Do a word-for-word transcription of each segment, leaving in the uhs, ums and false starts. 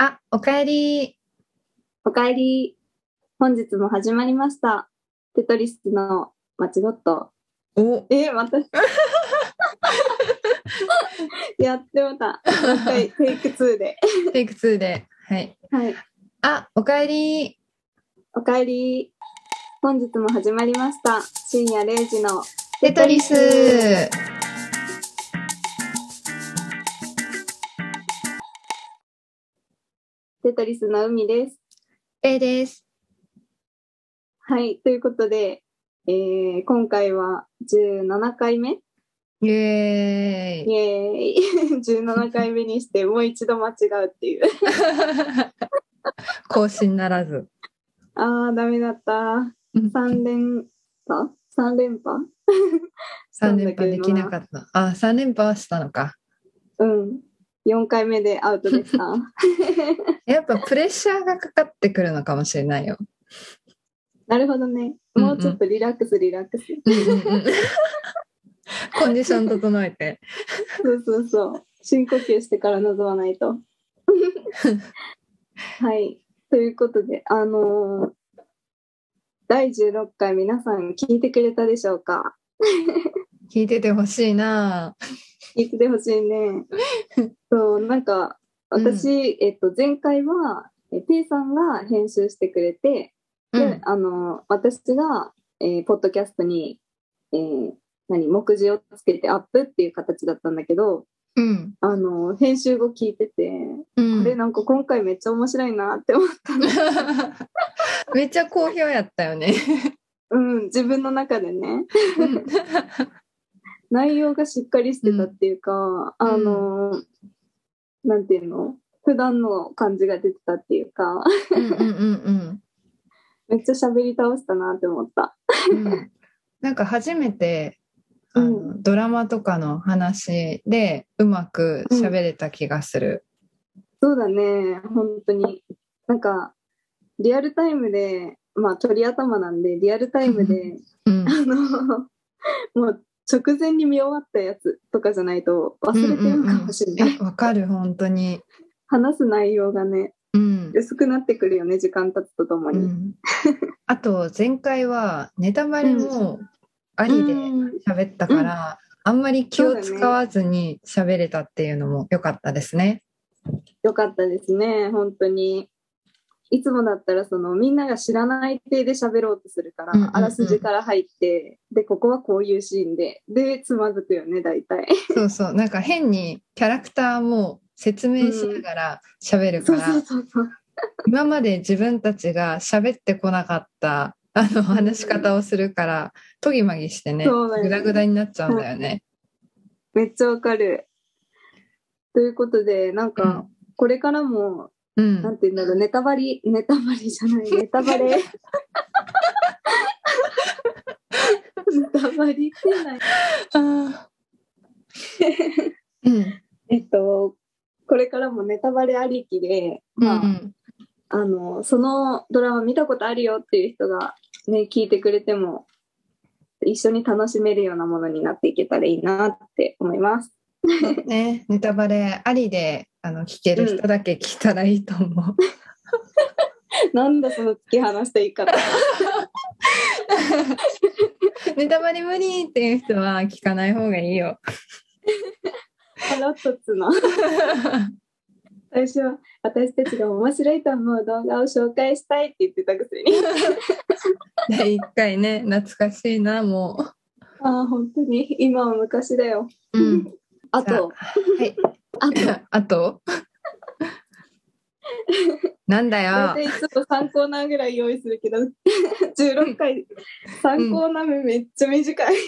あ、おかえり。 おかえり。本日も始まりました。テトリスのマチゴット。 お、 えー、またやってもた。もう一回テイクツーで。 テイクツーで。はい。 はい。 あ、おかえり。 おかえり。本日も始まりました。深夜れいじのテトリス。 テトリスの海です。 A です。 はい。ということで、えー、今回はじゅうななかいめイエーイ。 イエーイ。じゅうななかいめにしてもう一度間違うっていう。 更新ならず。 あー、ダメだった。さん連覇 ?さん 連覇さん連覇できなかった。あ、さん連覇はしたのか。 うん。よんかいめでアウトでした。 やっぱプレッシャーがかかってくるのかもしれないよ。 なるほどね。もうちょっとリラックスリラックス。 うんうんうん、コンディション整えて。 そうそうそう。深呼吸してから臨まないと。はい。ということで、あのー、だいじゅうろっかい皆さん聞いてくれたでしょうか？ 聞いててほしいな。 聞いててほしいね。そう、なんか、私、うん、えっと、前回は、P さんが編集してくれて、で、うん、あの、私が、えー、ポッドキャストに、えー、何、目次をつけてアップっていう形だったんだけど、 うん、 あの、編集後聞いてて、うん、これなんか今回めっちゃ面白いなって思ったの。 めっちゃ好評やったよね。 うん、自分の中でね。内容がしっかりしてたっていうか、うん、あの、なんていうの？普段の感じが出てたっていうか、 うんうんうんうん、 めっちゃ喋り倒したなって思った。 うん、なんか初めてあの、うん、ドラマとかの話でうまく喋れた気がする、 うん、そうだね、本当に。なんかリアルタイムで、まあ鳥頭なんでリアルタイムで、うん、あのもう直前に見終わったやつとかじゃないと忘れてるのかもしれない。わ、 うんうん、かる、本当に。 話す内容がね、うん、薄くなってくるよね、時間経つとともに。うん、 あと前回はネタバレもありで喋ったから、うん、あんまり気を使わずに喋れたっていうのも良かったですね。 良かったですね、本当に。いつもだったらそのみんなが知らない体で喋ろうとするから、うんうんうん、あらすじから入ってでここはこういうシーンででつまずくよね大体。 そうそう、なんか変にキャラクターも説明しながら喋るから、今まで自分たちが喋ってこなかったあの話し方をするから、とぎまぎしてね、グダグダになっちゃうんだよね。 めっちゃわかる。ということでなんか、うん、これからもうん、なんていうんだろう、ネタバレ、ネタバレじゃない、ネタバレ。ネタバレってない。あうん、えっと、これからもネタバレありきで、まあ、うん、あの、そのドラマ見たことあるよっていう人がね、聞いてくれても、一緒に楽しめるようなものになっていけたらいいなって思います。 ね、ネタバレありであの聞ける人だけ聞いたらいいと思う。うん、 なんだその突き放した言い方。 ネタバレ無理っていう人は聞かない方がいいよ。 腹立つな。最初は私たちが面白いと思う動画を紹介したいって言ってたくせに。 だいいっかいね、懐かしいな、もう。 ああ、本当に今は昔だよ。うん、あと、 はい、 あと、 あとなんだよ。 大体ちょっとさんコーナーぐらい用意するけど、じゅうろっかい、さんコーナー目めっちゃ短い。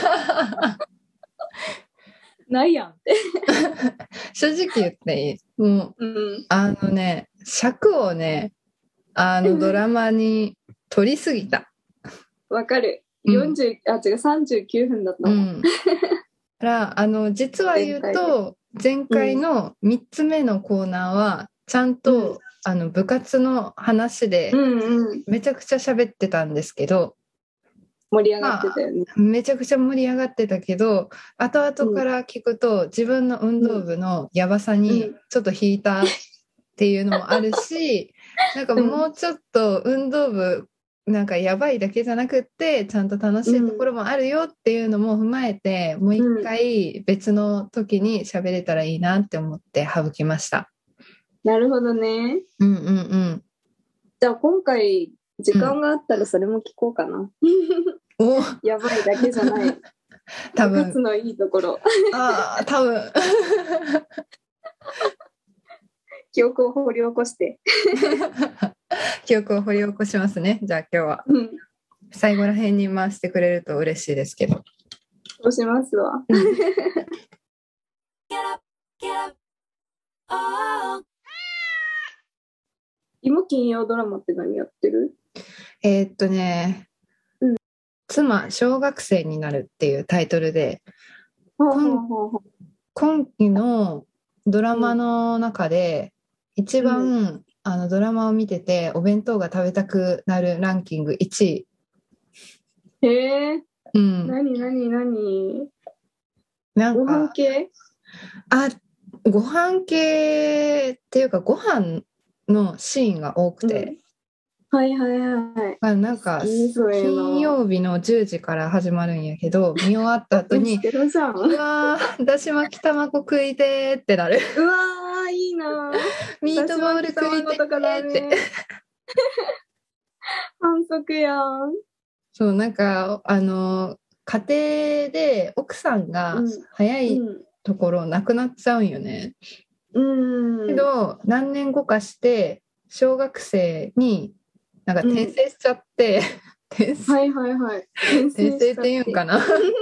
ないやんって。 正直言っていい？もう、うん、あのね、尺をね、あのドラマに取りすぎた。 わかる。よんじゅう、うん、あ、違う、さんじゅうきゅうふんだったもん。うん、 だからあの実は言うと前回のみっつめのコーナーはちゃんと、うん、あの部活の話でめちゃくちゃ喋ってたんですけど、 盛り上がってたよね、 まあ、めちゃくちゃ盛り上がってたけど後々から聞くと、うん、自分の運動部のやばさにちょっと引いたっていうのもあるしなんかもうちょっと運動部なんかやばいだけじゃなくってちゃんと楽しいところもあるよっていうのも踏まえて、うん、もう一回別の時に喋れたらいいなって思って省きました。 なるほどね。 うんうんうん。 じゃあ今回時間があったらそれも聞こうかな。うん、おやばいだけじゃない。多分。部活のいいところ。 ああ、多分。 記憶を掘り起こして。 記憶を掘り起こしますね。じゃあ今日は。うん、最後ら辺に回してくれると嬉しいですけど。 そうしますわ。今金曜ドラマって何やってる？ えー、っとね、うん、妻小学生になるっていうタイトルで、今, 今期のドラマの中で一番、うん、あのドラマを見ててお弁当が食べたくなるランキングいちい。へえ。うん。何何何？なんかご飯系？ あ、ご飯系っていうかご飯のシーンが多くて、 うん、はいはいはい。 なんか金曜日のじゅうじから始まるんやけど見終わった後にうわーだし巻き卵食いてーってなる。 うわーいいなミートボール食いてーって反則やん。 そうなんかあの家庭で奥さんが早いところなくなっちゃうんよね。うん、けど何年後かして小学生になんか転生しちゃって、 うん、転生、はいはいはい、 転生っていうんかな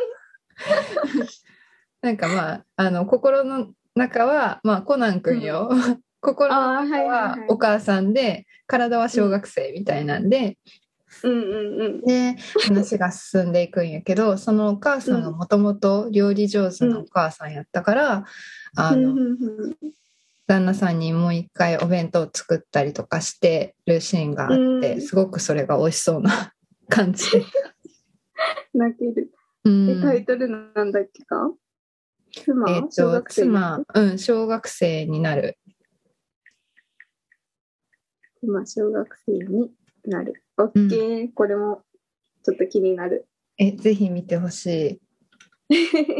なんかまああの心の中は、まあ、コナン君よ、うん、心の中はお母さんで体は小学生みたいなんで、うんうんうん、で話が進んでいくんやけどそのお母さんがもともと料理上手なお母さんやったから、うん、あの、うんうんうん、旦那さんにもう一回お弁当を作ったりとかしてるシーンがあって、うん、すごくそれが美味しそうな感じで泣ける、うん、タイトルなんだっけか？妻、えー、と小学生妻、うん、小学生になる。 妻、小学生になる。オッケー、うん、これもちょっと気になる。 え、ぜひ見てほしい。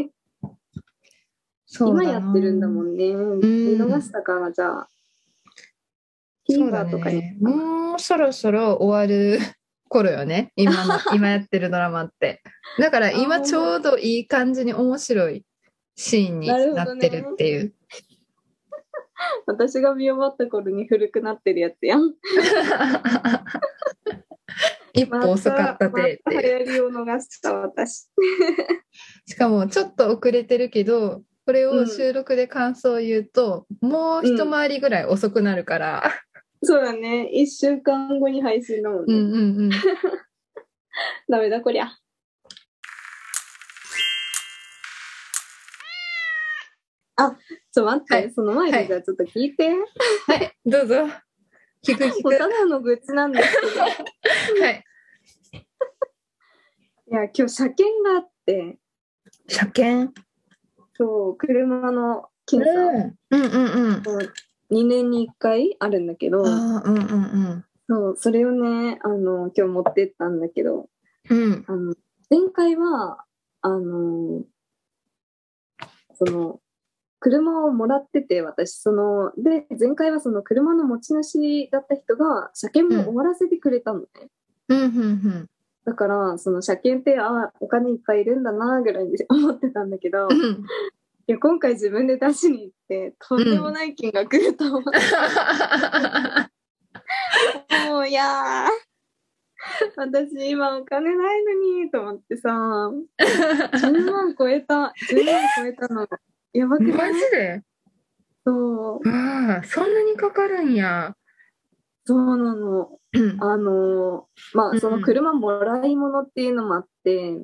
今やってるんだもんね。うん、見逃したから、じゃあ。 そうだね。もうそろそろ終わる頃よね。今の、今やってるドラマって。だから今ちょうどいい感じに面白いシーンになってるっていう。ね、 私が見終わった頃に古くなってるやつやん。 一歩遅かったてっていう。 また流行りを逃した私。 しかもちょっと遅れてるけど、これを収録で感想を言うと、うん、もう一回りぐらい遅くなるから。 うん、そうだね。いっしゅうかんごに配信だもんね。うんうんうん、ダメだこりゃ。あ、ちょっと待って、はい、その前にじゃあちょっと聞いて。 はい、はい、どうぞ。聞く聞く。 ただの愚痴なんですけど。はい。いや、今日車検があって。 車検？ そう、車の検査。うんうんうん。にねんにいっかいあるんだけど。あ、うんうんうん。そう、それをね、あの、今日持ってったんだけど。うん。あの、前回は、あの、その、車をもらってて、私、その、で、前回はその車の持ち主だった人が、車検も終わらせてくれたのね。うん、うん、うん。だから、その車検って、あ、お金いっぱいいるんだな、ぐらいに思ってたんだけど、うん、いや、今回自分で出しに行って、とんでもない金額だと思って。うん、もう、いやー、私今お金ないのに、と思ってさ、じゅうまん超えた、じゅうまん超えたの。やばくない？ マジで？そう。ああ、そんなにかかるんや。 そうなの。あの、まあ、その車もらい物っていうのもあって、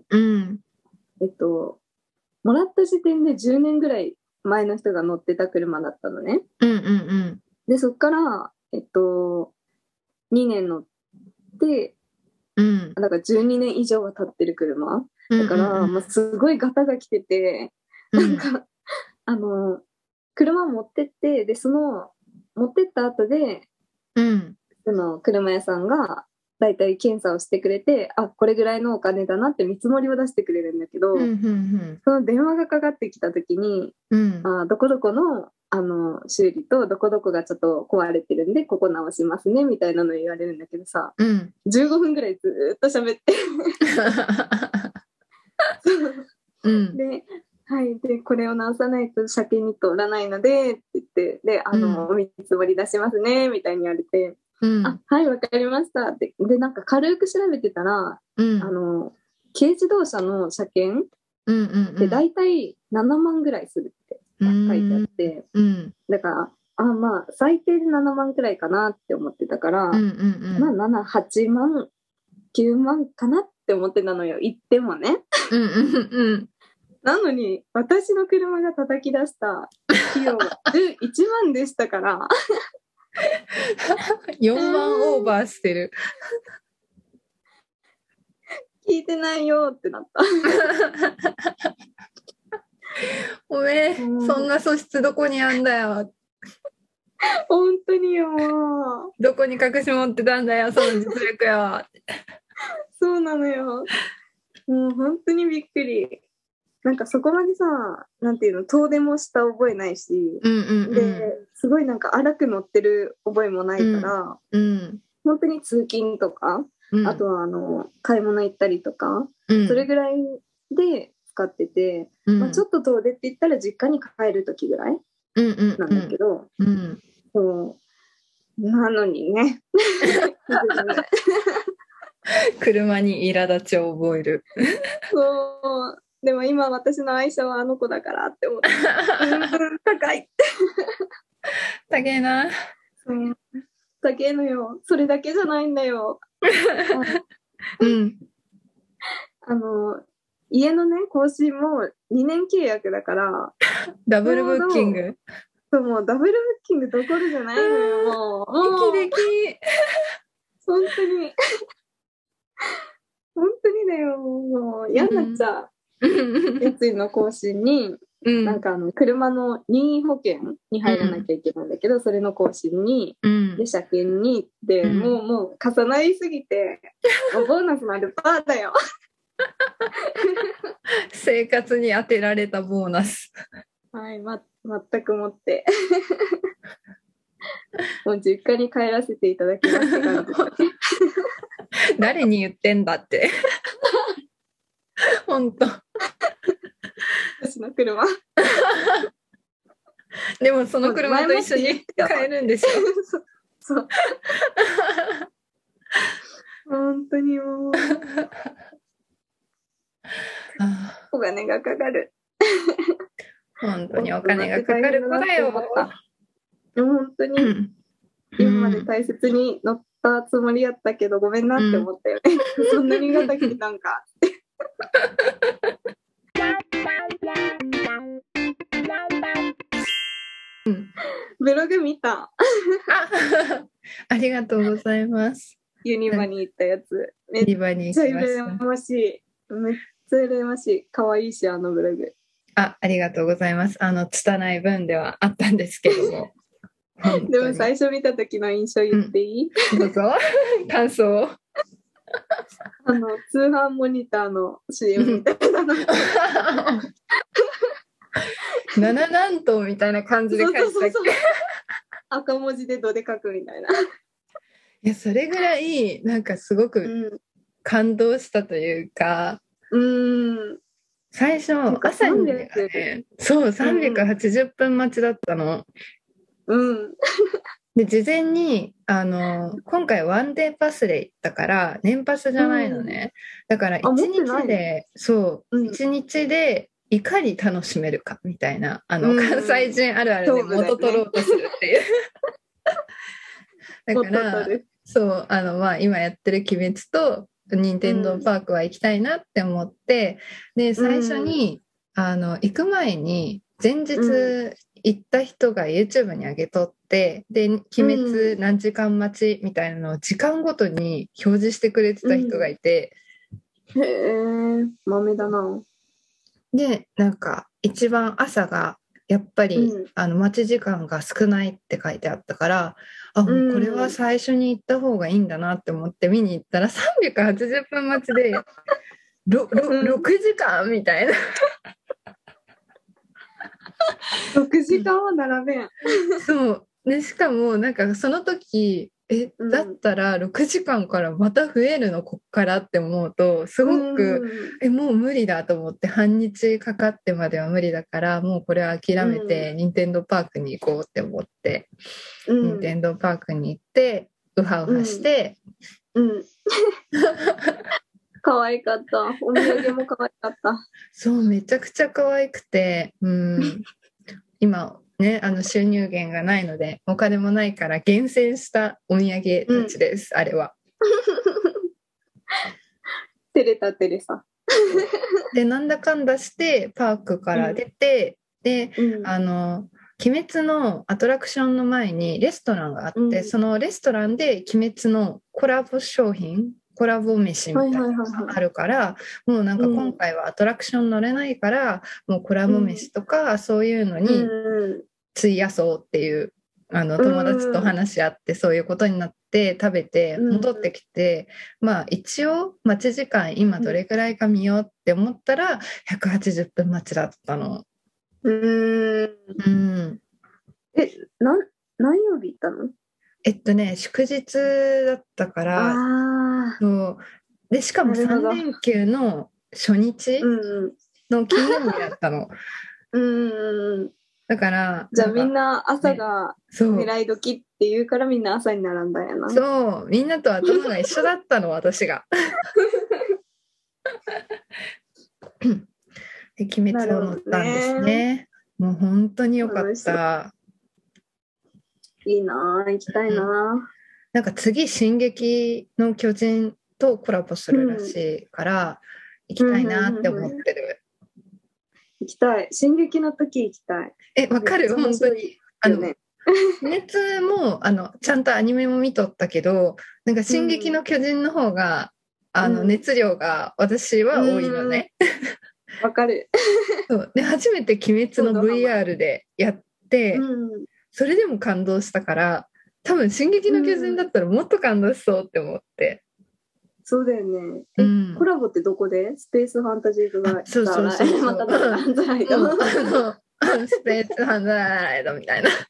うん、えっと、もらった時点でじゅうねんぐらい前の人が乗ってた車だったのね。うんうんうん。で、そっから、えっと、にねん乗って、うん、だからじゅうにねん以上は経ってる車。だから、うんうんうん、まあ、すごいガタが来てて、なんか、うん、あの、車持ってって、で、その、 持ってった後で、 うん、 その車屋さんがだいたい検査をしてくれて、あ、これぐらいのお金だなって見積もりを出してくれるんだけど、 うんうんうん、 その電話がかかってきた時に、 うん、 あ、どこどこの、あの修理とどこどこがちょっと壊れてるんでここ直しますねみたいなの言われるんだけどさ、 うん、 じゅうごふんぐらいずっと喋ってうん、 で、はい、でこれを直さないと車検に通らないのでって言って、で、あの、うん、お見積もり出しますねみたいに言われて、うん、あ、はい、わかりましたって。で、なんか軽く調べてたら、うん、あの軽自動車の車検って大体ななまんぐらいするって書いてあって、うん、だからあ、まあ最低でななまんくらいかなって思ってたから、うんうんうん、まあなな、はちまん、きゅうまんかなって思ってたのよ、言ってもね。うんうんうん、なのに私の車が叩き出した費用がじゅういちまんでしたからよんまんオーバーしてる。 聞いてないよってなったおめえ、うん、そんな素質どこにあんだよ。 本当によ、もうどこに隠し持ってたんだよ、その実力よ。 そうなのよ、もう本当にびっくり。なんかそこまでさ、なんていうの、遠出もした覚えないし、うんうんうん、ですごいなんか荒く乗ってる覚えもないから、うんうん、本当に通勤とか、うん、あとはあの買い物行ったりとか、うん、それぐらいで使ってて、うんまあ、ちょっと遠出って言ったら実家に帰る時ぐらいなんだけど、うんうんうん、そうなのにね車に苛立ちを覚えるそうでも今私の愛車はあの子だからって思ってうん高い高えな、 うん、高えのよ。それだけじゃないんだようん、 あの家のね更新もにねん契約だからダブルブッキング。 そう、もうダブルブッキングどころじゃないのよ、もう。もう息でき本当に本当にだよ、もう嫌になっちゃう。三井の更新に、うん、なんかあの車の任意保険に入らなきゃいけないんだけど、うん、それの更新に、うん、で車検にで、うん、もうもう重なりすぎて、もうボーナスまでパーだよ生活に当てられたボーナス。 はい、ま、全くもってもう実家に帰らせていただきましたから誰に言ってんだって本当私の車でもその車と一緒に帰るんでしょそうそう本当にもうお金がかかる本当にお金がかかる子だよ本当に、うん、今まで大切に乗ったつもりやったけどごめんなって思ったよね、うん、そんなにがたきなんかブログ見たありがとうございます。 ユニバに行ったやつユニバに行きました。 めっちゃ羨ましいめっちゃ羨ましい可愛いしあのブログあ、ありがとうございます。あの拙い文ではあったんですけどもでも最初見た時の印象言っていい、 うん、どうぞ感想あの通販モニターの シーエム みたいなの七何頭みたいな感じで書いてたっけ。そうそうそうそう赤文字でどで書くみたいな。いやそれぐらいなんかすごく感動したというか、うん、最初朝に、ね、そうさんびゃくはちじゅっぷん待ちだったの。うん。で事前にあの今回ワンデーパスで行ったから年パスじゃないのね、うん、だからいちにちでそう、うん、いちにちでいかに楽しめるかみたいなあの、うん、関西人あるあるで元取ろうとするっていう、ね、だからそうあの、まあ、今やってる鬼滅と任天堂パークは行きたいなって思って、うん、で最初にあの行く前に前日行った人が YouTube に上げとってで鬼滅何時間待ちみたいなのを時間ごとに表示してくれてた人がいて、 うん、へえ豆だな。 でなんか一番朝がやっぱり、 うん、 あの待ち時間が少ないって書いてあったから、あ、もうこれは最初に行った方がいいんだなって思って見に行ったらさんびゃくはちじゅっぷん待ちで ろ, ろ、 うん、 ろくじかんみたいなろくじかんは並べん。 そうで、しかもなんかその時えうんだったらろくじかんからまた増えるのこっからって思うとすごく、 うんえもう無理だと思って、半日かかってまでは無理だからもうこれは諦めて任天堂パークに行こうって思って、 うん、 任天堂パークに行ってウハウハして、 うん、うん、可愛かった。お土産も可愛かった。 そうめちゃくちゃ可愛くて、うん今ね、あの収入源がないのでお金もないから厳選したお土産たちです、うん、あれは。 照れた照れさ。 でなんだかんだしてパークから出て、うん、で、うん、あの鬼滅のアトラクションの前にレストランがあって、うん、そのレストランで鬼滅のコラボ商品コラボ飯みたいなのがあるから、もうなんか今回はアトラクション乗れないから、うん、もうコラボ飯とかそういうのに費やそうっていう、あの友達と話し合ってそういうことになって食べて戻ってきて、うん、まあ一応待ち時間今どれくらいか見ようって思ったらひゃくはちじゅっぷん待ちだったの。 うーん、うん、えな何曜日行ったの？ えっとね祝日だったから、 あそうでしかもさん連休の初日の金曜日だったの。 うんうん、だからじゃあみんな朝が狙い時っていうからみんな朝に並んだんやな。 そうみんなと頭が一緒だったの私が。で鬼滅を乗ったんですね。もう本当に良かった。 いいな行きたいな、うん、 なんか次進撃の巨人とコラボするらしいから、うん、行きたいなって思ってる。 行きたい。進撃の時行きたい。 えわかる本当に。あの熱もあのちゃんとアニメも見とったけど、なんか進撃の巨人の方が、うん、あの熱量が私は多いのね。 わ、うん、かる。 そうで初めて鬼滅の ブイアール でやって、うん、それでも感動したから、多分進撃の巨人だったらもっと感動しそうって思って。 そうだよね。え、うん、コラボってどこで？スペースファンタジーズがそうそうそうそう。 またハンザライド。 スペースハンザライドみたいな。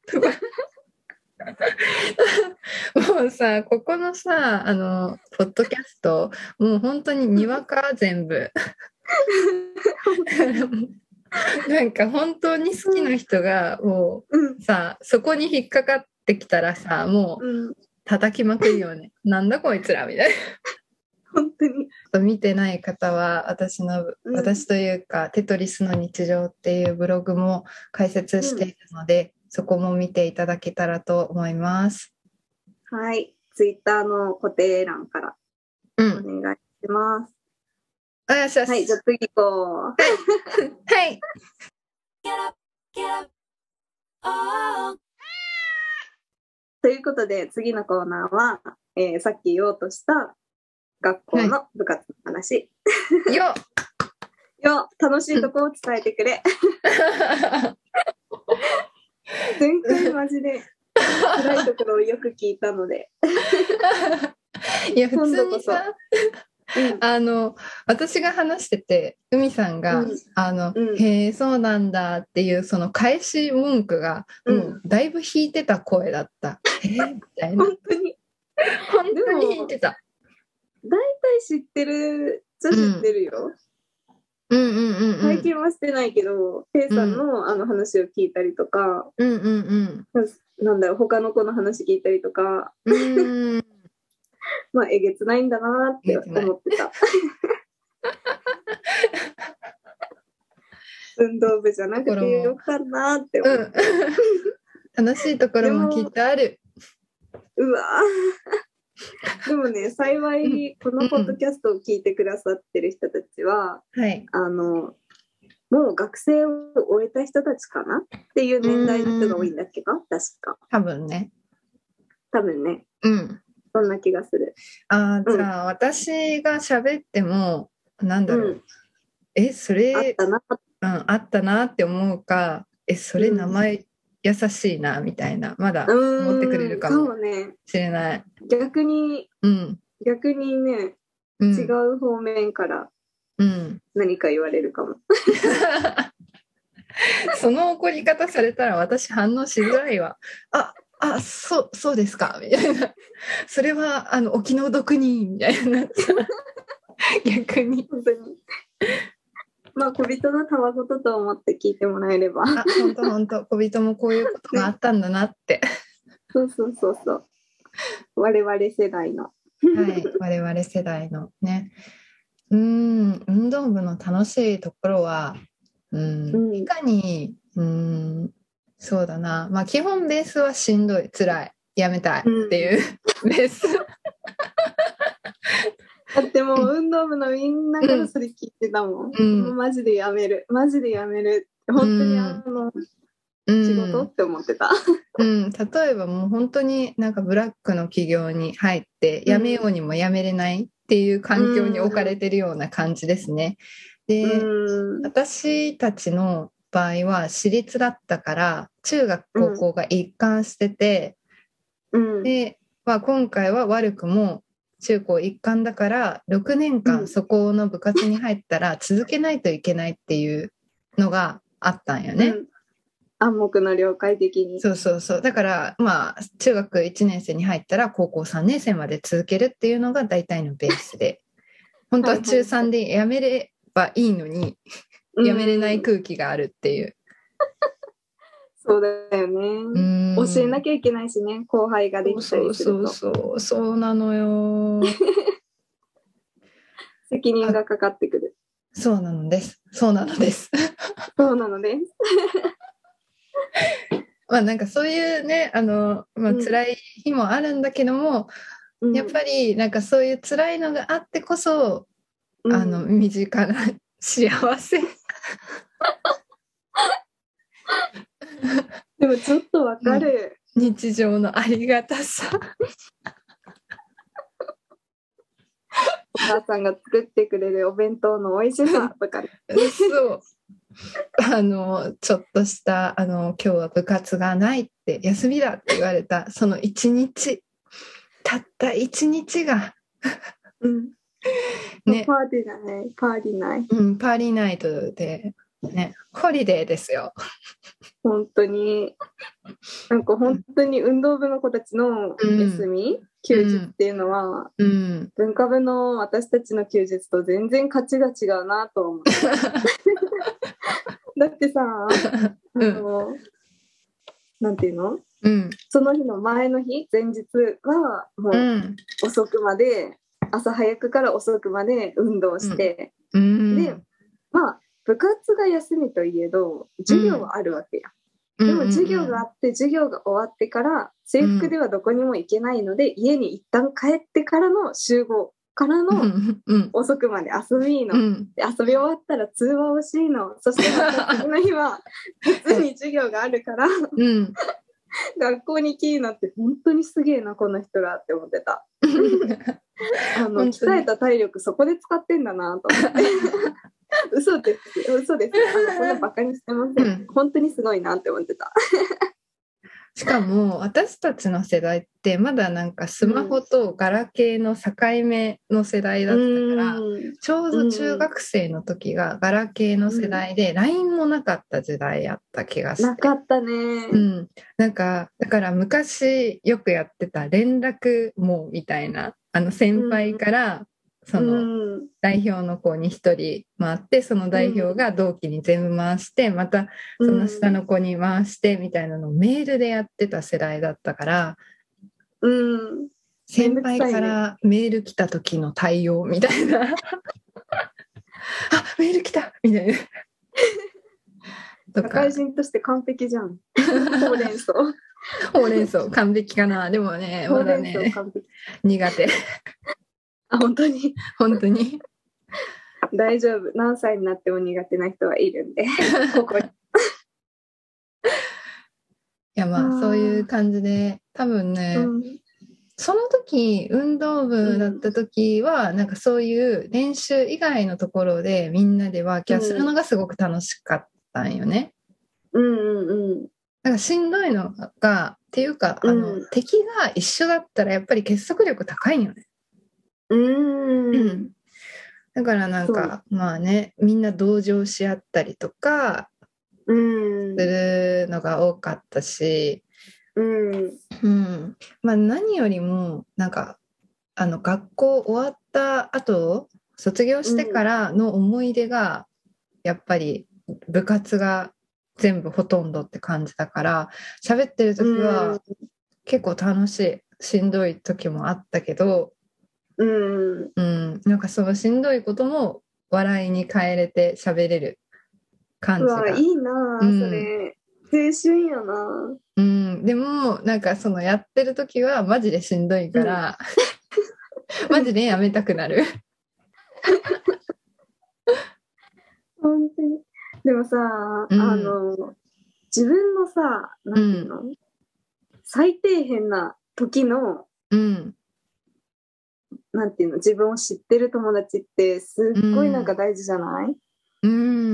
もうさ、ここのさ、あのポッドキャスト、もう本当ににわか全部。なんか本当に好きな人がもう、うん、さ、そこに引っかかってきたらさ、もう叩きまくるよね。なんだこいつらみたいな。 本当に見てない方は私の、うん、私というかテトリスの日常っていうブログも解説しているので、うん、そこも見ていただけたらと思います。 はい、ツイッターの固定欄からお願いします。 うん、お願いします。 はい、じゃあ次行こう。 はい。 ということで次のコーナーは、えー、さっき言おうとした学校の部活の話、 はい、よよ楽しいとこを伝えてくれ。前回マジで辛いところをよく聞いたのでいや普通にさ、うん、あの私が話してて海さんが、うん、あの、うん、へえそうなんだっていうその返し文句が、もうだいぶ引いてた声だった、うん、えー、みたいな。 本当に本当に引いてた。 大体知ってるじゃ知ってるよ、 うんうんうんうん、 体験はしてないけどペイさんの、うん、あの話を聞いたりとか、 うんうんうん、 なんだろう他の子の話聞いたりとか、 うんまあえげつないんだなって思ってた。運動部じゃなくてよかったなって思って、 うん、楽しいところもきっとある。 うわでもね幸いこのポッドキャストを聞いてくださってる人たちは、 うんはい、 あのもう学生を終えた人たちかなっていう年代の人が多いんだっけど、確か多分ね多分ねうんそんな気がする。 あじゃあ、うん、私が喋ってもなんだろう、うん、えそれあったな、 うん、あったなって思うか、 えそれ名前優しいなみたいな、まだ思ってくれるかもしれない。 逆に、うん、逆にね、うん、違う方面から何か言われるかも。 その怒り方されたら私反応しづらいわ。あ、あ、そう、そうですかみたいな。それはあのお気の毒にみたいな。逆に。 本当に。まあ小人のたわごとと思って聞いてもらえれば。 あ、本当本当。小人もこういうことがあったんだなって。ね、 そうそうそうそう。我々世代の。 はい、我々世代のね。うん、運動部の楽しいところは、うん、うん、いかに、うん、そうだな、まあ基本ベースはしんどい、辛い、やめたいっていう、うん、ベース。 だってもう運動部のみんなからそれ聞いてたもん。うん、もうマジでやめる、マジでやめる。本当にあの、うん、仕事って思ってた。 うん、例えばもう本当になんかブラックの企業に入って辞めようにも辞めれないっていう環境に置かれてるような感じですね。で、私たちの場合は私立だったから中学高校が一貫してて、うん、で、まあ、今回は悪くも中高一貫だからろくねんかんそこの部活に入ったら続けないといけないっていうのがあったんよね。うん、 暗黙の了解的に。 そうそうそう。だからまあ中学いちねん生に入ったら高校さんねん生まで続けるっていうのが大体のベースで、本当は中さんでやめればいいのにやめれない空気があるっていう。 そうだよね。教えなきゃいけないしね、後輩ができたりすると。 そうそうそうそうなのよ。 責任がかかってくる。 そうなのです。そうなのです。 そうなのです。 まあなんかそういうね、あの、まあ、辛い日もあるんだけども、うん、やっぱりなんかそういう辛いのがあってこそ、うん、あの身近な幸せ。 でもちょっとわかる、 うん、日常のありがたさ。 お母さんが作ってくれるお弁当の美味しさとか、ね、 そうあのちょっとしたあの今日は部活がないって休みだって言われたその一日、たった一日が、 うんね、パーティーだね、パーティーナイト、 うん、パーリーナイトでね、ホリデーですよ。 本当になんか本当に運動部の子たちの休み、うん、休日っていうのは、うん、文化部の私たちの休日と全然価値が違うなと思う。だってさ、あの、うん、なんていうの、うん、その日の前の日、前日はもう遅くまで、うん、朝早くから遅くまで運動して、うん、で、まあ部活が休みといえど授業はあるわけや。うん、でも授業があって授業が終わってから制服ではどこにも行けないので、うん、家に一旦帰ってからの集合からの遅くまで遊びの、うん、で遊び終わったら通話をしの、そしてまた次の日は普通に授業があるから、うん、学校に来るのって本当にすげえなこの人らって思ってた。あの鍛えた体力そこで使ってんだなと思って。嘘です嘘ですあのこんなバカにしてません、うん、本当にすごいなって思ってた。 しかも私たちの世代ってまだなんかスマホとガラケーの境目の世代だったから、うん、ちょうど中学生の時がガラケーの世代で ライン もなかった時代やった気がして。 なかったね、 うん、なんかだから昔よくやってた連絡網みたいな、あの先輩から、うんその代表の子にひとり回ってその代表が同期に全部回してまたその下の子に回してみたいなのをメールでやってた世代だったから、うん、先輩からメール来た時の対応みたいなあメール来たみたいな社会人として完璧じゃん。ほうれん草ほうれん草完璧かな。でもねまだね苦手。 あ、本当に本当に大丈夫、何歳になっても苦手な人はいるんでここにいやまあそういう感じで多分ね、うん、その時運動部だった時は、うん、なんかそういう練習以外のところでみんなでワーキャーするのがすごく楽しかったんよね、 うんうんうん。 なんかしんどいのが、っていうか、あの、うん、敵が一緒だったらやっぱり結束力高いんよね。 うん。 うん。だからなんか、まあね、みんな同情し合ったりとか、するのが多かったし、 うん。 うん。まあ何よりも、なんか、あの、学校終わった後、卒業してからの思い出が、やっぱり部活が全部ほとんどって感じだから、喋ってる時は結構楽しい、しんどい時もあったけど、 うん、 うん、なんかそのしんどいことも笑いに変えれて喋れる感じが。 うわ、いいな、うん、それ。青春やな。 うん、でもなんかそのやってる時はマジでしんどいから、うん、マジでやめたくなる。 本当に。でもさ、うん、あの自分のさ、なんていうの、うん、最底辺な時の、 うん、 なんていうの、自分を知ってる友達ってすっごいなんか大事じゃない？ うん、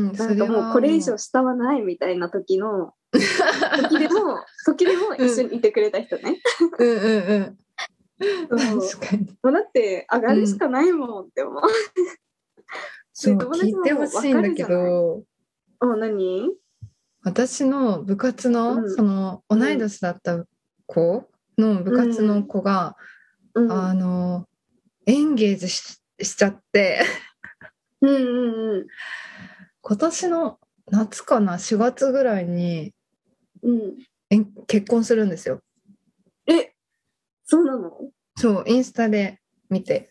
なんかもうこれ以上下はないみたいな時の時でも時でも一緒にいてくれた人ね。 うんうんうん。 確かに。もうだって上がるしかないもんって思う。うん、 そう聞いてほしいんだけど。 あ、何？ 私の部活の、うん、その同い年だった子の部活の子が、うん、あのエンゲージ し, しちゃってうんうん、うん、 今年の夏かなしがつぐらいに、 うん、 結婚するんですよ。 え、そうなの？ そう、インスタで見て。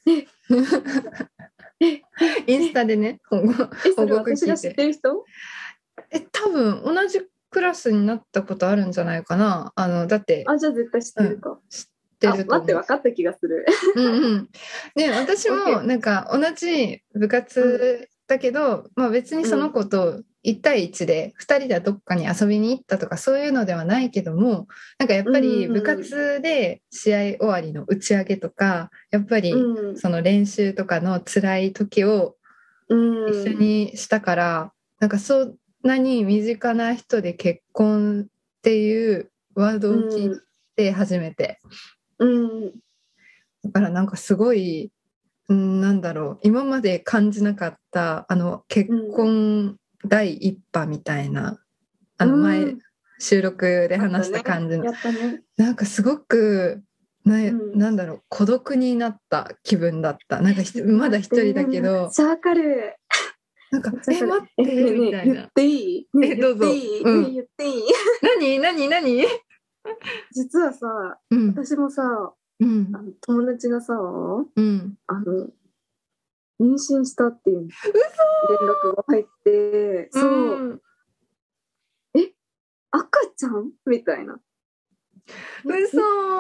インスタでね、報告聞いて。それ私が知ってる人？ え、多分同じクラスになったことあるんじゃないかな。あの、だって。 あ、じゃあ絶対知ってるか。うん、 知ってると思う。 あ、待って、分かった気がする。 うんうん。で、私もなんか同じ部活だけど、うん、まあ別にその子といち対いちでふたりでどっかに遊びに行ったとかそういうのではないけども、なんかやっぱり部活で試合終わりの打ち上げとか、やっぱりその練習とかの辛い時を一緒にしたから、なんかそんなに身近な人で結婚っていうワードを聞いて初めて。 うん、 だからなんかすごい、うん、なんだろう、今まで感じなかったあの結婚第一波みたいな、うん、あの前、うん、収録で話した感じの、 ねね、 なんかすごくな、うん、なんだろう、孤独になった気分だった。なんかまだ一人だけど、 めっちゃわかる。 なんかえ待って、ね、みたいな。 言っていい？ね、 えどうぞ。 言っていい？うん、ね、言っていい？ 何何何？ 実はさ、うん、私もさ、うん、あの友達がさ、 うん、 あの妊娠したっていう連絡が入って、そう、うん、え、赤ちゃんみたいな。 嘘。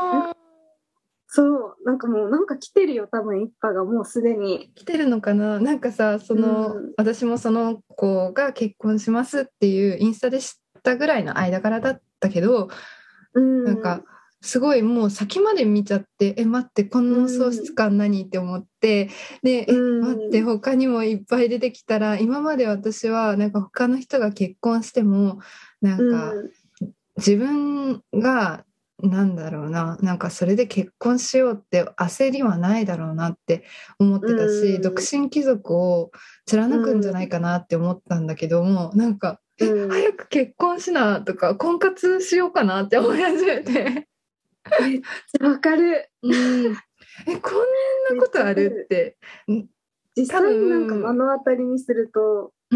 そう、なんかもうなんか来てるよ、多分一派がもうすでに。 来てるのかな。なんかさ、その、うん、私もその子が結婚しますっていうインスタで知ったぐらいの間柄だったけど、うん、なんかすごいもう先まで見ちゃって、え待ってこの喪失感何って思って、で、え待って他にもいっぱい出てきたら、今まで私はなんか他の人が結婚してもなんか自分がなんだろうな、なんかそれで結婚しようって焦りはないだろうなって思ってたし、独身貴族を貫くんじゃないかなって思ったんだけども、なんかえ早く結婚しなとか婚活しようかなって思い始めて。 めっちゃわかる。 うん、えこんなことあるって。 実際なんか目の当たりにすると、うん、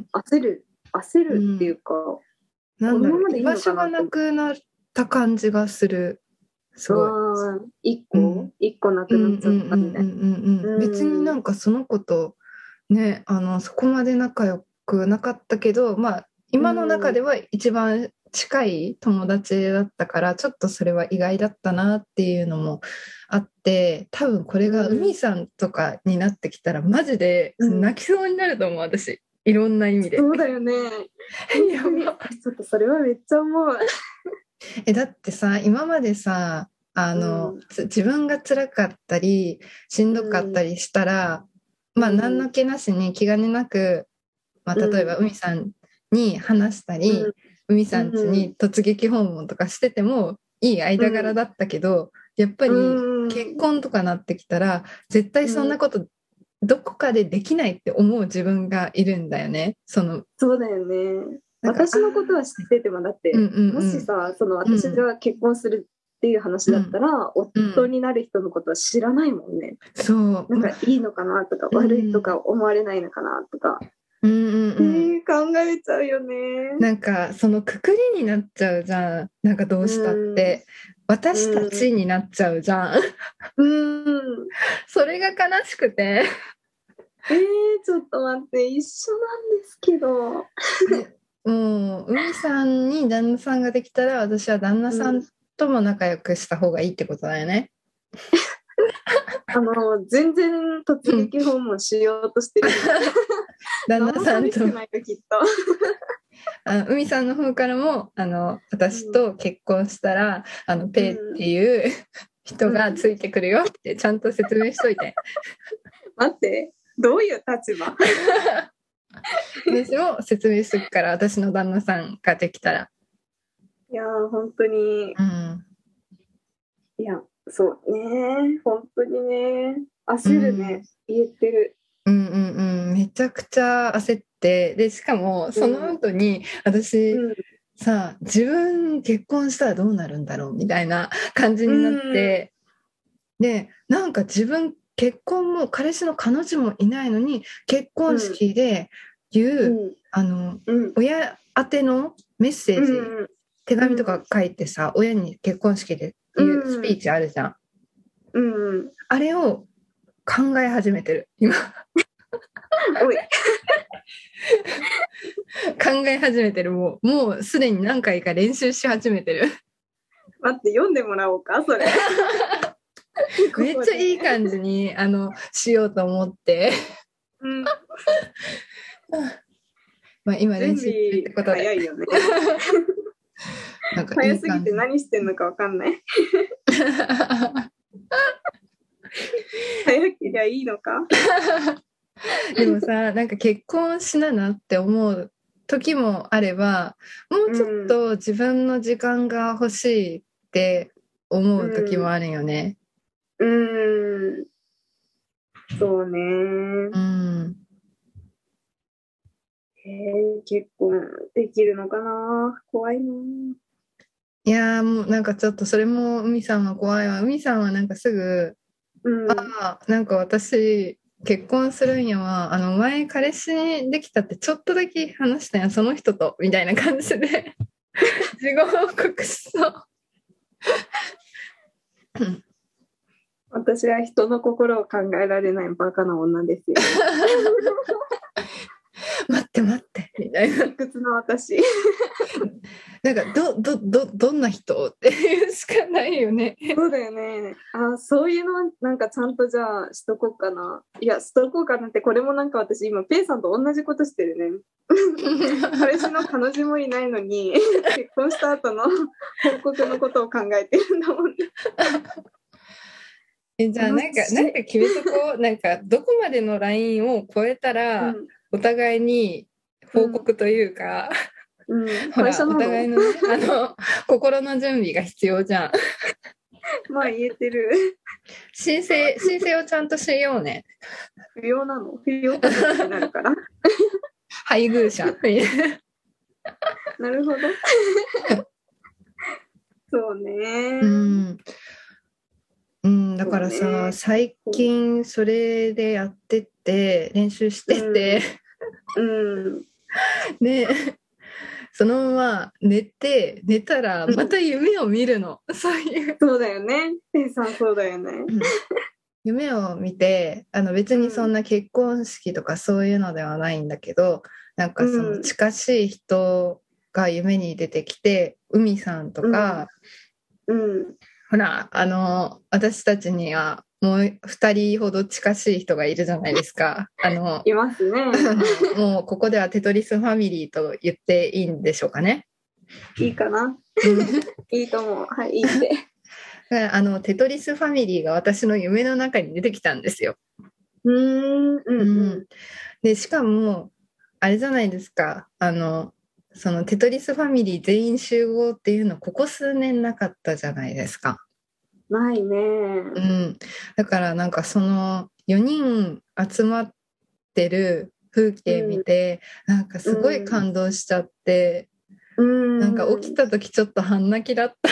焦る焦るっていうか、 うん、なんだろう、居場所がなくなった感じがする。すごい。 あ一個、一個なくなっちゃったみたいな。 別になんかその子とね、あのそこまで仲良くなかったけど、まあ今の中では一番近い友達だったから、ちょっとそれは意外だったなっていうのもあって、多分これが海さんとかになってきたらマジで泣きそうになると思う、私。いろんな意味で。 そうだよね。やば。ちょっとそれはめっちゃ思う。 えだってさ、今までさ、あの、うん、自分が辛かったりしんどかったりしたら、うん、まあ何の気なしに気兼ねなく、まあ、例えば海さんに話したり、 海さん家に突撃訪問とかしててもいい間柄だったけど、やっぱり結婚とかなってきたら絶対そんなことどこかでできないって思う自分がいるんだよね。そのそうだよね。私のことは知ってても、だって、うんうんうん、もしさ、その私が結婚するっていう話だったら、うん、夫になる人のことは知らないもんね。 そう。 なんかいいのかなとか、うん、悪いとか思われないのかなとか。 うんうんうん、 えー、考えちゃうよね。 なんかそのくくりになっちゃうじゃん。なんかどうしたって。うん、私たちになっちゃうじゃん。 うん。 それが悲しくて。 えー、ちょっと待って、一緒なんですけど。 もう海さんに旦那さんができたら私は旦那さんとも仲良くした方がいいってことだよね。 あの全然突撃訪問しようとしてる、 うん、旦那さんときっとあの海さんの方からもあの私と結婚したら、うん、あのペイっていう人がついてくるよってちゃんと説明しといて。 待って、どういう立場？ 私も説明しとくから、私の旦那さんができたら。 いやー本当に、 うん、 いやそうね、本当にね、焦るね、うん、言えてる。 うんうんうん、めちゃくちゃ焦って、でしかもその後に私、うん、さあ自分結婚したらどうなるんだろうみたいな感じになって、うん、でなんか自分結婚も彼氏の彼女もいないのに結婚式で言う、うん、あの、うん、親宛てのメッセージ、うん、手紙とか書いてさ、親に結婚式で言うスピーチあるじゃん、 うんうん、 あれを考え始めてる今おい考え始めてる。もうもうすでに何回か練習し始めてる。 待って読んでもらおうかそれめっちゃいい感じにあのしようと思って、うん、まあ今練習中ってことで早いよねなんかいい早すぎて何してんのか分かんない早けりゃいいのかでもさ、なんか結婚しななって思う時もあれば、もうちょっと自分の時間が欲しいって思う時もあるよね。 うん、うん、そうね。 うん。 えー、結婚できるのかな、怖いな。 いやーもうなんかちょっとそれも海さんは怖いわ。海さんはなんかすぐ、うん、ああなんか私結婚するんやわ、あの前彼氏できたってちょっとだけ話したんやその人とみたいな感じで自己報告しそう私は人の心を考えられないバカな女ですよ待って待ってみたいな、 いくつの私なんかどどどどんな人っていうしかないよね。 そうだよね。あ、そういうのなんかちゃんとじゃあしとこうかな。いやしとこうかなって、これもなんか私今ペイさんと同じことしてるね彼氏の彼女もいないのに結婚した後の報告のことを考えてるんだもんねえじゃあなんかなんか決めとこうなんかどこまでのラインを超えたら、うん、お互いに報告というか、うんうん、ほらお互いのねあの心の準備が必要じゃんまあ言えてる申請申請をちゃんとしようね。 不要なの？不要形になるから配偶者なるほどそうね、 うんうん、だからさ、ね、最近それでやってって練習してて、うんうん、ねそのまま寝て寝たらまた夢を見るの、うん、そういうそうだよねペイさんそうだよね、うん、 夢を見てあの別にそんな結婚式とかそういうのではないんだけど、なんかその近しい人が夢に出てきて、海さんとか、うんうん、ほらあの私たちにはもうふたりほど近しい人がいるじゃないですか。あのいますねもうここではテトリスファミリーと言っていいんでしょうかね。 いいかな、いいと思う。はい、いいってあのテトリスファミリーが私の夢の中に出てきたんですよ。 うーん、うんうん、 でしかもあれじゃないですか、あのそのテトリスファミリー全員集合っていうのここ数年なかったじゃないですか。 ないね。 うん。だからなんかそのよにん集まってる風景見て、うん、なんかすごい感動しちゃって、うん、なんか起きた時ちょっと半泣きだった。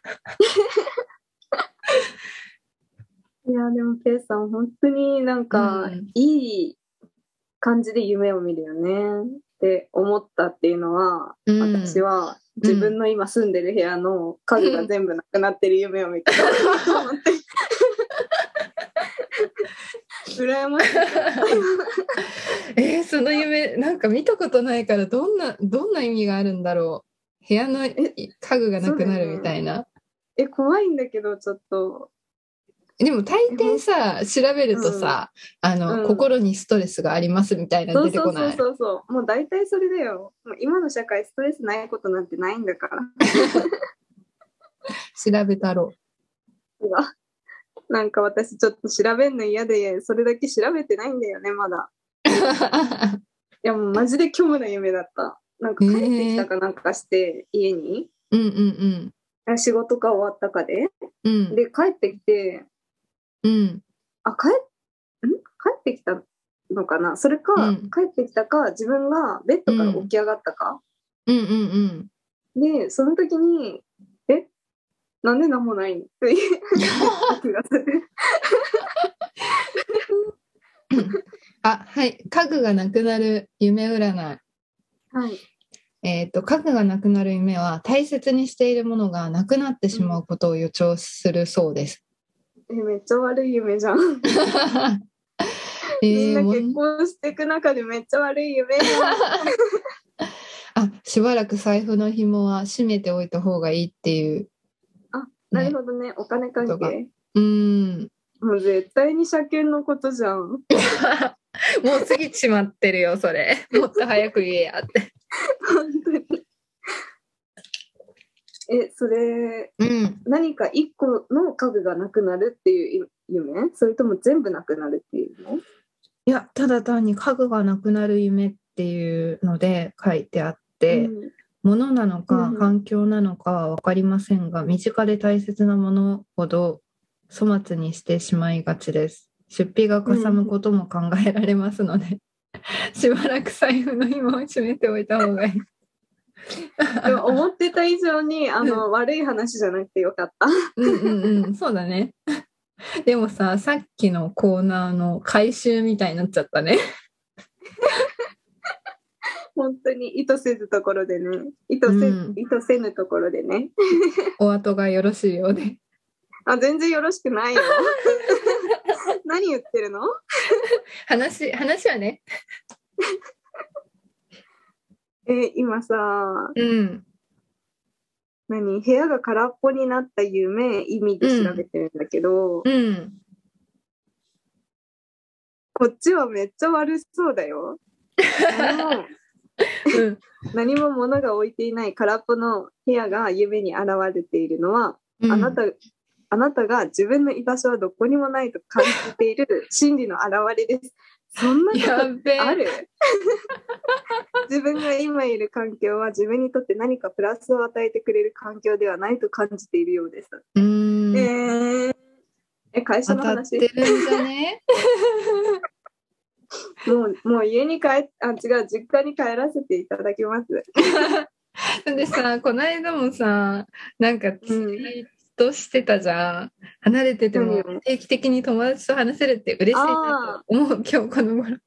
いやでもケイさん本当になんかいい感じで夢を見るよねって思ったっていうのは、うん、私は自分の今住んでる部屋の家具が全部なくなってる夢を見てたと思って。羨ましい。 えー、その夢なんか見たことないからどんなどんな意味があるんだろう。部屋の家具がなくなるみたいな。 ね、え怖いんだけどちょっと。 でも大抵さ調べるとさ、うん、あの、うん、心にストレスがありますみたいなの出てこない。 そうそうそうそうもう大体それだよ。もう今の社会ストレスないことなんてないんだから。 調べたろう。うわなんか私ちょっと調べんの嫌でそれだけ調べてないんだよねまだ。いやもうマジで虚無な夢だった。なんか帰ってきたかなんかして、えー、家に、 うんうんうん、仕事か終わったかで、うん、で帰ってきて、 うん、 あ帰ん帰ってきたのかなそれか、うん、帰ってきたか自分がベッドから起き上がったか、 うん、うんうんうんでその時にえなんでなんもないっていう気がする。 あ、はい。家具がなくなる夢占い。 はい。 えっと、家具がなくなる夢は大切にしているものがなくなってしまうことを予兆するそうです。 うん、え、めっちゃ悪い夢じゃん。みんな結婚していく中でめっちゃ悪い夢じゃん。 あ、しばらく財布の紐は締めておいた方がいいっていう。 あ、なるほどね。ねお金関係。 うん。 もう絶対に車検のことじゃん。もう過ぎちまってるよ、それ。もっと早く言えやって。 本当に。え、それ、うん、何か一個の家具がなくなるっていう夢？それとも全部なくなるっていうの？ いや、ただ単に家具がなくなる夢っていうので書いてあって、うん、物なのか環境なのかは分かりませんが、うん、身近で大切なものほど粗末にしてしまいがちです。出費がかさむことも考えられますので、うん、しばらく財布の紐を締めておいた方がいい。 でも思ってた以上にあの、うん、悪い話じゃなくてよかった。 うんうんうん、そうだね。でもさ、さっきのコーナーの回収みたいになっちゃったね。 本当に意図せずところでね、意図せ、うん、意図せぬところでね。 お後がよろしいようで。 あ、全然よろしくないよ。何言ってるの？ 話、話はね。 え、今さ、うん。何部屋が空っぽになった夢意味で調べてるんだけど、うんうん、こっちはめっちゃ悪そうだよ。何も、うん、何も物が置いていない空っぽの部屋が夢に現れているのは、うん、あなたあなたが自分の居場所はどこにもないと感じている心理の表れです。そんなことある？自分が今いる環境は自分にとって何かプラスを与えてくれる環境ではないと感じているようです。うーん、えー、え会社の話？ 当たってるんじゃね？ もうもう家に帰っあ違う実家に帰らせていただきます。 でさこの間もさなんかツイートしてたじゃん、うん、離れてても定期的に友達と話せるって嬉しいなと思う今日この頃。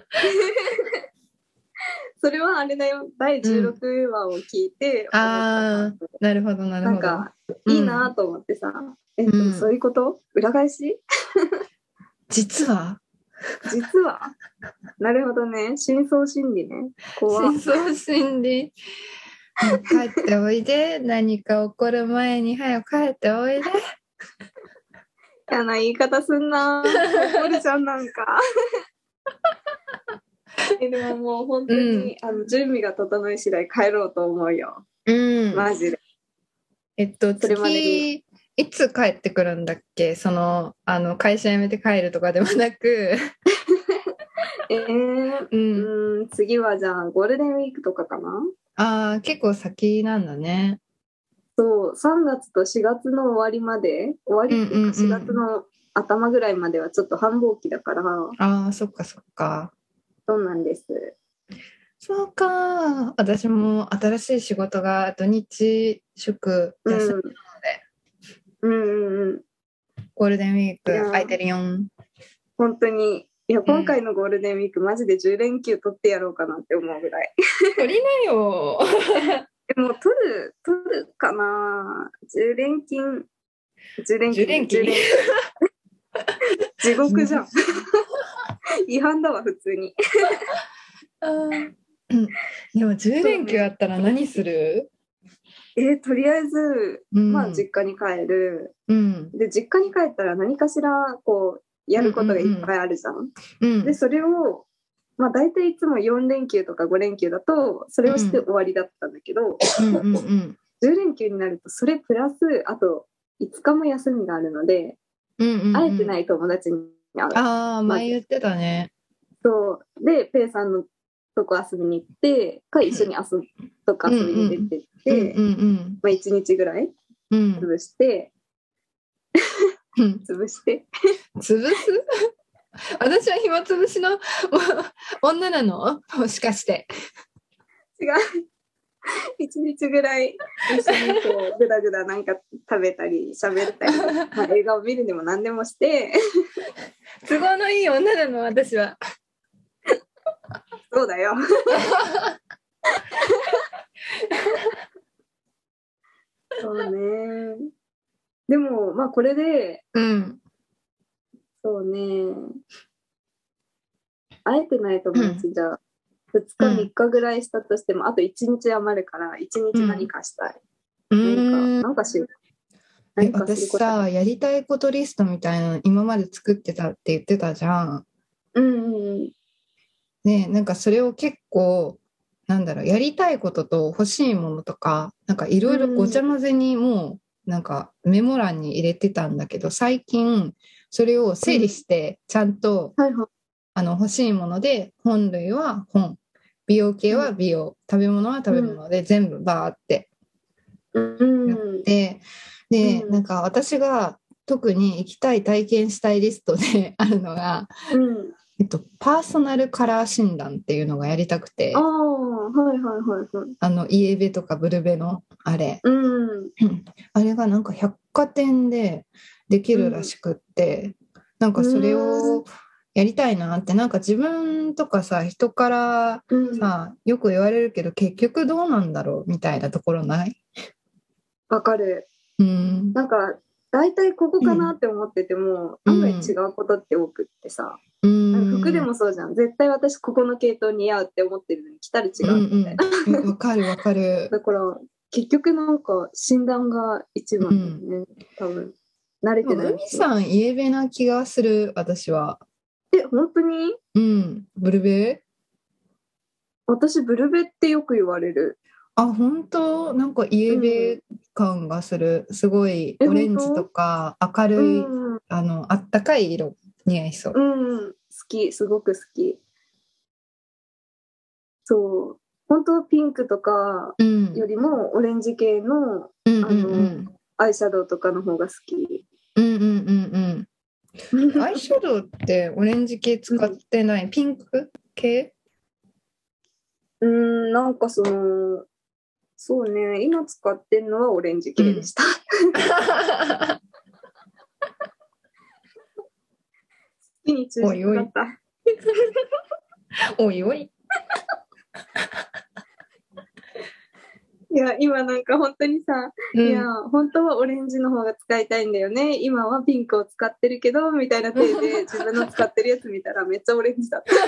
それはあれだよだいじゅうろくわを聞いて思った、うん、 あーなるほどなるほどなんかいいなと思ってさ、うん、えっと、うん、そういうこと裏返し実は実はなるほどね深層心理ね怖深層心理帰っておいで何か起こる前に早く帰っておいで。 嫌な言い方すんな怒るじゃんなんかえでももう本当に、うん、あの準備が整い次第帰ろうと思うよ、うん、マジで。 えっと次いつ帰ってくるんだっけ？そのあの会社辞めて帰るとかではなくえー、うん、うん次はじゃあゴールデンウィークとかかな。 ああ、結構先なんだね。 そう、さんがつとしがつの終わりまで、終わりっていうかしがつの頭ぐらいまではちょっと繁忙期だから。 ああ、そっかそっか。 そうなんです。 そうか。私も新しい仕事が土日祝休みなので、 うん、うんうんうん。 ゴールデンウィーク空いてるよん。 本当に。いや、今回のゴールデンウィーク、うん、マジでじゅうれんきゅう取ってやろうかなって思うぐらい。 取りなよ。 でも、取る、取るかな。じゅう連勤。じゅう連勤。じゅう連勤。地獄じゃん。違反だわ、普通に。 でもじゅう連休あったら何する？ えー、とりあえず、うん、まあ実家に帰る、うん、で実家に帰ったら何かしらこうやることがいっぱいあるじゃん、うんうんうん、でそれをまあ大体いつもよん連休とかご連休だとそれをして終わりだったんだけど、うんうんうん、じゅう連休になるとそれプラスあといつかも休みがあるので、うんうんうん、会えてない友達に会う。 ああ、前言ってたね。 そうでペイさんのとこ遊びに行ってか一緒に遊ぶとか遊びに出てって、うんうん、まあ、いちにちぐらい潰して、うん、潰して潰す私は暇つぶしの女なの？もしかして違ういちにちぐらい一緒にこうぐだぐだなんか食べたり喋ったり、まあ、映画を見るでも何でもして都合のいい女なの私は。 そうだよそうね。でもまあこれで、うん、そうね会えてない友達じゃ、うん、ふつかみっかぐらいしたとしても、うん、あといちにち余るからいちにち何かしたい、うん、何かなんかしよう。 え私さやりたいことリストみたいなの今まで作ってたって言ってたじゃん。うんうんうんね、なんかそれを結構なんだろうやりたいことと欲しいものとかなんかいろいろごちゃ混ぜにもうなんかメモ欄に入れてたんだけど最近それを整理してちゃんと、うんはいはい、あの欲しいもので本類は本美容系は美容、うん、食べ物は食べ物で全部バーってやって、うん、で、うん、なんか私が特に行きたい体験したいリストであるのが、うんえっと、パーソナルカラー診断っていうのがやりたくて、 ああ、はいはいはいはい。 あの、イエベとかブルベのあれ。うん。あれがなんか百貨店でできるらしくって、うん、なんかそれをやりたいなって、なんか自分とかさ、人からさ、うん、よく言われるけど、結局どうなんだろうみたいなところない？ わかる。うん。なんか、大体ここかなって思ってても、うん、案外違うことって多くってさ、うん、服でもそうじゃん。絶対私ここの系統似合うって思ってるのに着たら違うみたいな。わ、 うんうん、かるわかる。 だから結局なんか診断が一番だよね、うん、多分。慣れてない。 海さんイエベな気がする私は。 え、本当に？ うん。ブルベ？ 私ブルベってよく言われる。 あ、本当？なんかイエベ感がする、うん、すごいオレンジとか明るい、うん、あのあったかい色似合いそう。 うん、好き、すごく好き。そう本当はピンクとかよりもオレンジ系の、うん、あの、うんうんうん、アイシャドウとかの方が好き。 うんうんうんうん。アイシャドウってオレンジ系使ってない、うん、ピンク系？ うんなんかそのそうね今使ってるのはオレンジ系でした。好きに通じなかった。 おいおい。 いや今なんか本当にさ、うん、いや本当はオレンジの方が使いたいんだよね今はピンクを使ってるけどみたいな体で自分の使ってるやつ見たらめっちゃオレンジだった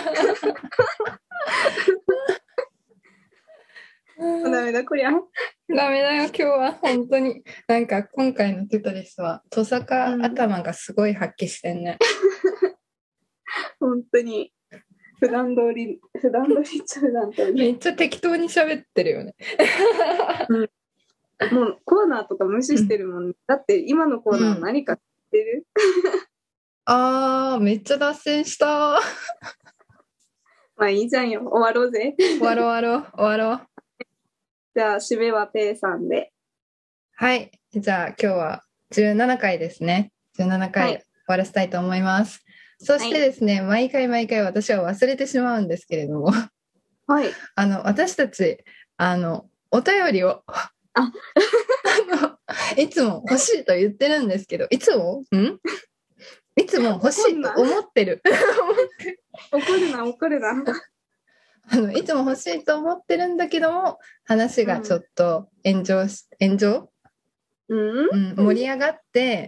ダメだこりゃダメだよ今日は本当になんか今回のテトリスはトサカ頭がすごい発揮してんね、 うん、本当に普段通り普段通りっちゃ普段通りめっちゃ適当に喋ってるよね、 うん、もうコーナーとか無視してるもん、うん、だって今のコーナー何か知ってる？うん、 あーめっちゃ脱線したまあいいじゃんよ終わろうぜ終わろう終わろう終わろうじゃあ、締めはペイさんで。 はい。じゃあ、今日はじゅうななかいですね。じゅうななかい終わらせたいと思います。はい、そしてですね、毎回毎回私は忘れてしまうんですけれども、 はい。 あの、私たち、あの、お便りを、ああのいつも欲しいと言ってるんですけど、いつもんいつも欲しいと思ってる。 怒るな、怒るな。 あのいつも欲しいと思ってるんだけども、話がちょっと炎上し、うん、炎上、 うんうん、盛り上がって、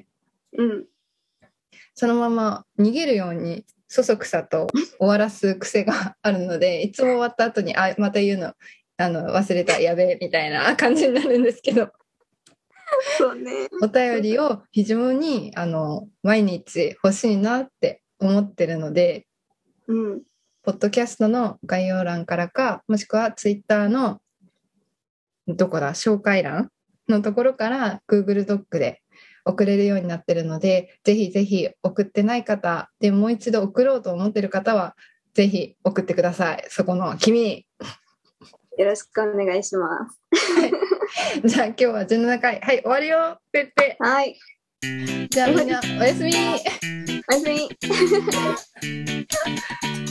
うん、 そのまま逃げるようにそそくさと終わらす癖があるので、いつも終わった後にあまた言うのあの忘れた、やべえみたいな感じになるんですけど、 そうね、 お便りを非常にあの毎日欲しいなって思ってるので、 うん、 ポッドキャストの概要欄からか、もしくはツイッターのどこだ紹介欄のところから Google ドックで送れるようになってるので、ぜひぜひ送ってない方でもう一度送ろうと思ってる方はぜひ送ってください。そこの君によろしくお願いします。 はい、じゃあ今日はじゅうななかい、はい、終わりよって言って、 はい、 じゃあみんなおやすみ。 おやすみ。